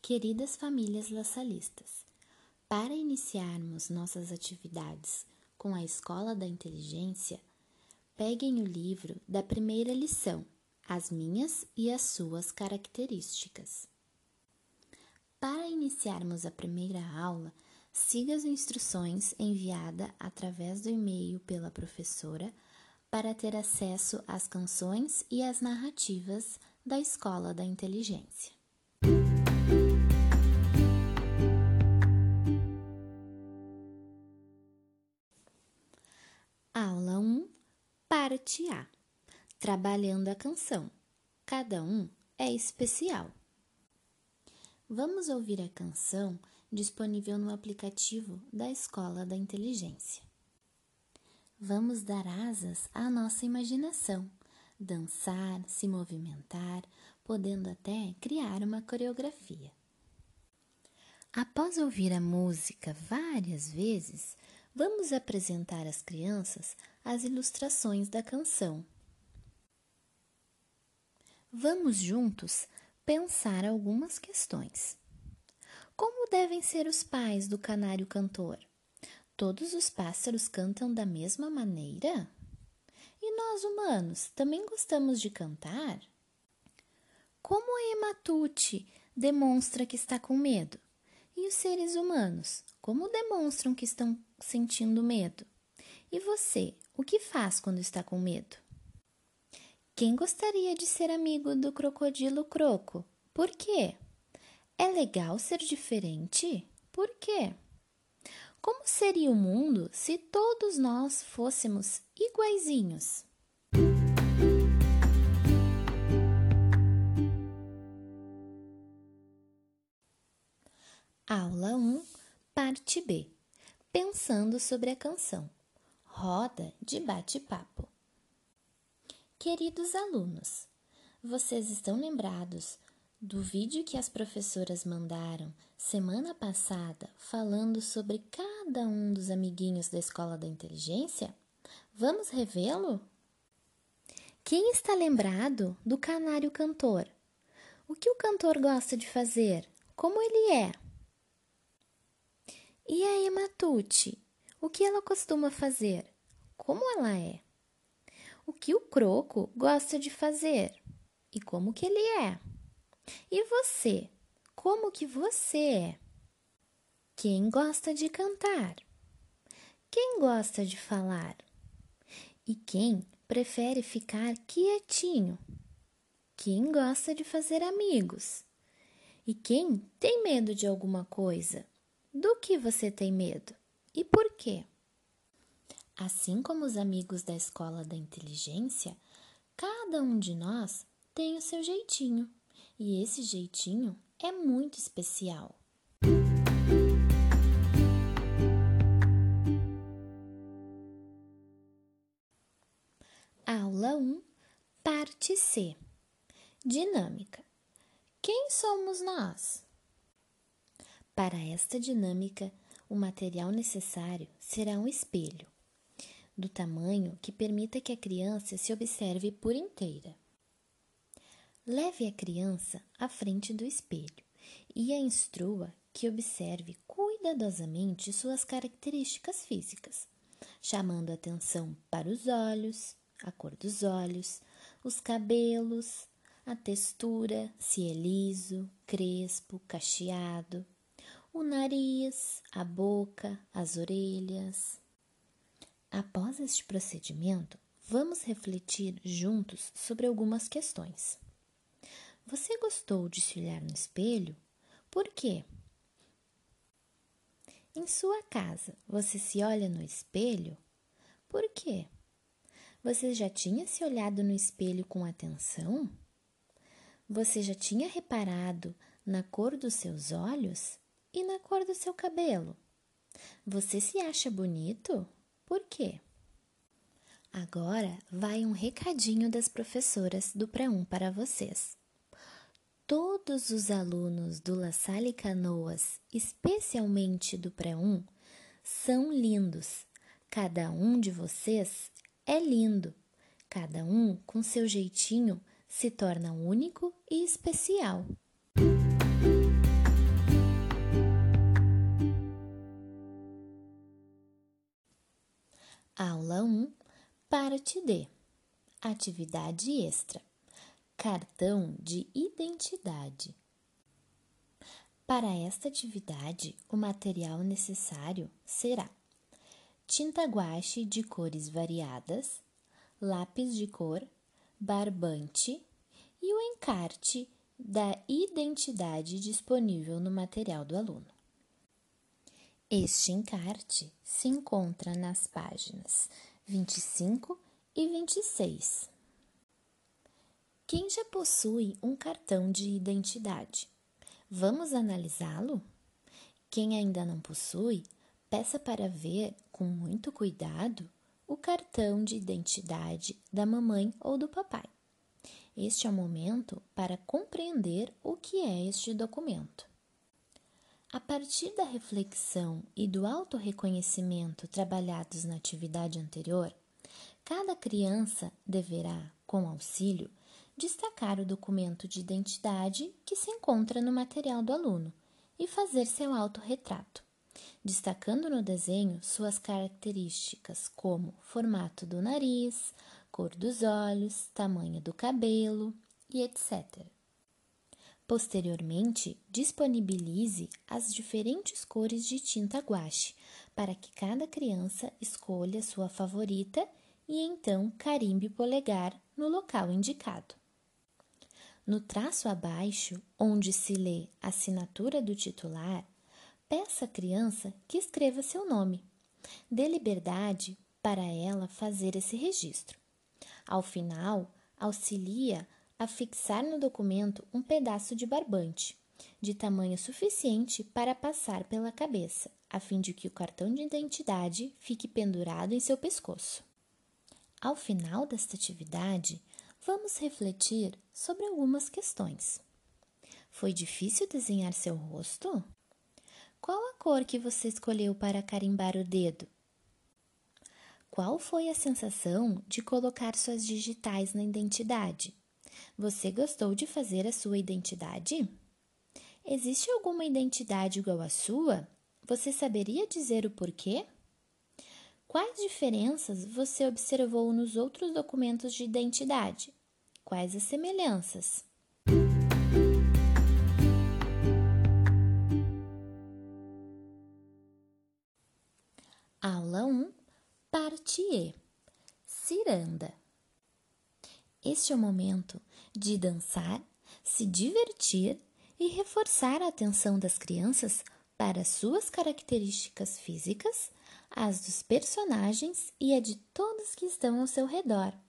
Queridas famílias laçalistas, para iniciarmos nossas atividades com a Escola da Inteligência, peguem o livro da primeira lição, As Minhas e as Suas Características. Para iniciarmos a primeira aula, siga as instruções enviadas através do e-mail pela professora para ter acesso às canções e às narrativas da Escola da Inteligência. Aula 1, parte A. Trabalhando a canção. Cada um é especial. Vamos ouvir a canção disponível no aplicativo da Escola da Inteligência. Vamos dar asas à nossa imaginação, dançar, se movimentar, podendo até criar uma coreografia. Após ouvir a música várias vezes, vamos apresentar às crianças as ilustrações da canção. Vamos juntos pensar algumas questões. Como devem ser os pais do canário cantor? Todos os pássaros cantam da mesma maneira? E nós, humanos, também gostamos de cantar? Como a Ematute demonstra que está com medo? E os seres humanos, como demonstram que estão sentindo medo? E você, o que faz quando está com medo? Quem gostaria de ser amigo do crocodilo Croco? Por quê? É legal ser diferente? Por quê? Como seria o mundo se todos nós fôssemos iguaizinhos? Aula 1, parte B. Pensando sobre a canção. Roda de bate-papo. Queridos alunos, vocês estão lembrados do vídeo que as professoras mandaram semana passada falando sobre cada um dos amiguinhos da Escola da Inteligência? Vamos revê-lo? Quem está lembrado do canário cantor? O que o cantor gosta de fazer? Como ele é? E a Ematute? O que ela costuma fazer? Como ela é? O que o croco gosta de fazer? E como que ele é? E você? Como que você é? Quem gosta de cantar? Quem gosta de falar? E quem prefere ficar quietinho? Quem gosta de fazer amigos? E quem tem medo de alguma coisa? Do que você tem medo? E por quê? Assim como os amigos da Escola da Inteligência, cada um de nós tem o seu jeitinho, e esse jeitinho é muito especial. Aula 1, parte C. Dinâmica. Quem somos nós? Para esta dinâmica, o material necessário será um espelho, do tamanho que permita que a criança se observe por inteira. Leve a criança à frente do espelho e a instrua que observe cuidadosamente suas características físicas, chamando atenção para os olhos, a cor dos olhos, os cabelos, a textura, se é liso, crespo, cacheado, o nariz, a boca, as orelhas. Após este procedimento, vamos refletir juntos sobre algumas questões. Você gostou de se olhar no espelho? Por quê? Em sua casa, você se olha no espelho? Por quê? Você já tinha se olhado no espelho com atenção? Você já tinha reparado na cor dos seus olhos e na cor do seu cabelo? Você se acha bonito? Por quê? Agora vai um recadinho das professoras do Pré-1 para vocês. Todos os alunos do La Salle Canoas, especialmente do Pré-1, são lindos. Cada um de vocês é lindo. Cada um, com seu jeitinho, se torna único e especial. Aula 1, parte D. Atividade extra. Cartão de identidade. Para esta atividade, o material necessário será tinta guache de cores variadas, lápis de cor, barbante e o encarte da identidade disponível no material do aluno. Este encarte se encontra nas páginas 25 e 26. Quem já possui um cartão de identidade? Vamos analisá-lo? Quem ainda não possui, peça para ver com muito cuidado o cartão de identidade da mamãe ou do papai. Este é o momento para compreender o que é este documento. A partir da reflexão e do autorreconhecimento trabalhados na atividade anterior, cada criança deverá, com auxílio, destacar o documento de identidade que se encontra no material do aluno e fazer seu autorretrato, destacando no desenho suas características como formato do nariz, cor dos olhos, tamanho do cabelo e etc. Posteriormente, disponibilize as diferentes cores de tinta guache para que cada criança escolha sua favorita e então carimbe o polegar no local indicado. No traço abaixo, onde se lê a assinatura do titular, peça à criança que escreva seu nome. Dê liberdade para ela fazer esse registro. Ao final, auxilia a fixar no documento um pedaço de barbante, de tamanho suficiente para passar pela cabeça, a fim de que o cartão de identidade fique pendurado em seu pescoço. Ao final desta atividade, vamos refletir sobre algumas questões. Foi difícil desenhar seu rosto? Qual a cor que você escolheu para carimbar o dedo? Qual foi a sensação de colocar suas digitais na identidade? Você gostou de fazer a sua identidade? Existe alguma identidade igual à sua? Você saberia dizer o porquê? Quais diferenças você observou nos outros documentos de identidade? Quais as semelhanças? Aula 1, parte E. Ciranda. Este é o momento de dançar, se divertir e reforçar a atenção das crianças para suas características físicas, as dos personagens e a de todos que estão ao seu redor.